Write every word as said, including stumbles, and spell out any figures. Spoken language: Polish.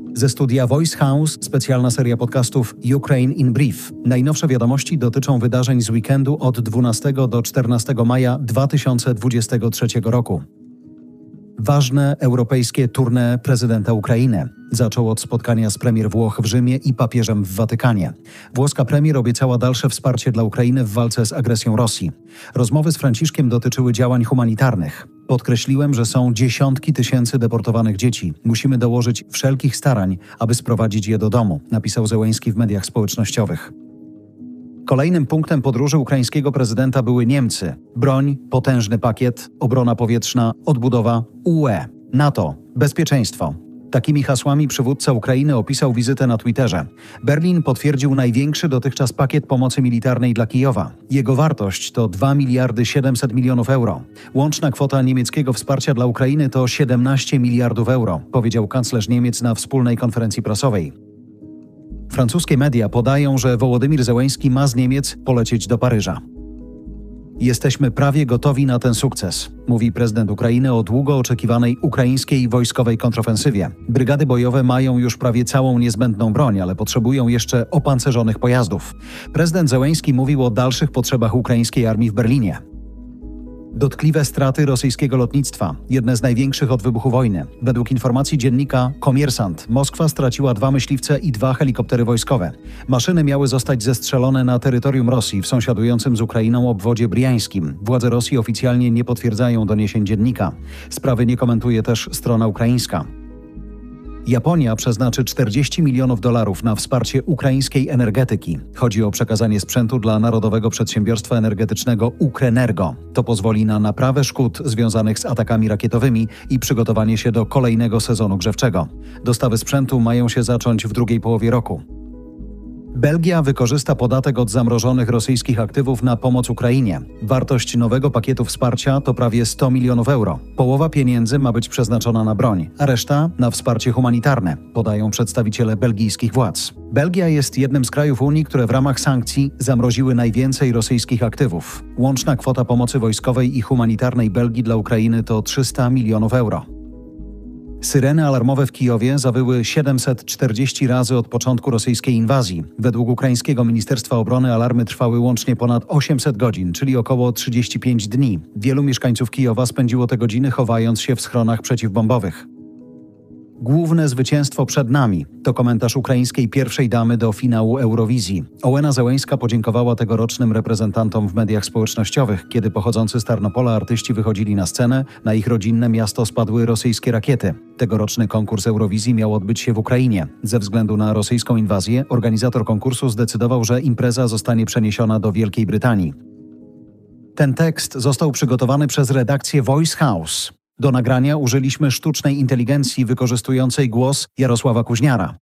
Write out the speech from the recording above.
Ze studia Voice House specjalna seria podcastów Ukraine in Brief. Najnowsze wiadomości dotyczą wydarzeń z weekendu od dwunastego do czternastego maja dwa tysiące dwudziestego trzeciego roku. Ważne europejskie tournée prezydenta Ukrainy. Zaczął od spotkania z premier Włoch w Rzymie i papieżem w Watykanie. Włoska premier obiecała dalsze wsparcie dla Ukrainy w walce z agresją Rosji. Rozmowy z Franciszkiem dotyczyły działań humanitarnych. Podkreśliłem, że są dziesiątki tysięcy deportowanych dzieci. Musimy dołożyć wszelkich starań, aby sprowadzić je do domu, napisał Zełenski w mediach społecznościowych. Kolejnym punktem podróży ukraińskiego prezydenta były Niemcy. Broń, potężny pakiet, obrona powietrzna, odbudowa, U E, NATO, bezpieczeństwo. Takimi hasłami przywódca Ukrainy opisał wizytę na Twitterze. Berlin potwierdził największy dotychczas pakiet pomocy militarnej dla Kijowa. Jego wartość to dwa miliardy siedemset milionów euro. Łączna kwota niemieckiego wsparcia dla Ukrainy to siedemnaście miliardów euro, powiedział kanclerz Niemiec na wspólnej konferencji prasowej. Francuskie media podają, że Wołodymir Zełenski ma z Niemiec polecieć do Paryża. Jesteśmy prawie gotowi na ten sukces, mówi prezydent Ukrainy o długo oczekiwanej ukraińskiej wojskowej kontrofensywie. Brygady bojowe mają już prawie całą niezbędną broń, ale potrzebują jeszcze opancerzonych pojazdów. Prezydent Zełenski mówił o dalszych potrzebach ukraińskiej armii w Berlinie. Dotkliwe straty rosyjskiego lotnictwa, jedne z największych od wybuchu wojny. Według informacji dziennika Komiersant, Moskwa straciła dwa myśliwce i dwa helikoptery wojskowe. Maszyny miały zostać zestrzelone na terytorium Rosji w sąsiadującym z Ukrainą obwodzie briańskim. Władze Rosji oficjalnie nie potwierdzają doniesień dziennika. Sprawy nie komentuje też strona ukraińska. Japonia przeznaczy czterdzieści milionów dolarów na wsparcie ukraińskiej energetyki. Chodzi o przekazanie sprzętu dla Narodowego Przedsiębiorstwa Energetycznego Ukrenergo. To pozwoli na naprawę szkód związanych z atakami rakietowymi i przygotowanie się do kolejnego sezonu grzewczego. Dostawy sprzętu mają się zacząć w drugiej połowie roku. Belgia wykorzysta podatek od zamrożonych rosyjskich aktywów na pomoc Ukrainie. Wartość nowego pakietu wsparcia to prawie sto milionów euro. Połowa pieniędzy ma być przeznaczona na broń, a reszta na wsparcie humanitarne, podają przedstawiciele belgijskich władz. Belgia jest jednym z krajów Unii, które w ramach sankcji zamroziły najwięcej rosyjskich aktywów. Łączna kwota pomocy wojskowej i humanitarnej Belgii dla Ukrainy to trzysta milionów euro. Syreny alarmowe w Kijowie zawyły siedemset czterdzieści razy od początku rosyjskiej inwazji. Według ukraińskiego Ministerstwa Obrony alarmy trwały łącznie ponad osiemset godzin, czyli około trzydzieści pięć dni. Wielu mieszkańców Kijowa spędziło te godziny chowając się w schronach przeciwbombowych. Główne zwycięstwo przed nami to komentarz ukraińskiej pierwszej damy do finału Eurowizji. Ołena Zełenska podziękowała tegorocznym reprezentantom w mediach społecznościowych, kiedy pochodzący z Tarnopola artyści wychodzili na scenę, na ich rodzinne miasto spadły rosyjskie rakiety. Tegoroczny konkurs Eurowizji miał odbyć się w Ukrainie. Ze względu na rosyjską inwazję organizator konkursu zdecydował, że impreza zostanie przeniesiona do Wielkiej Brytanii. Ten tekst został przygotowany przez redakcję Voice House. Do nagrania użyliśmy sztucznej inteligencji wykorzystującej głos Jarosława Kuźniara.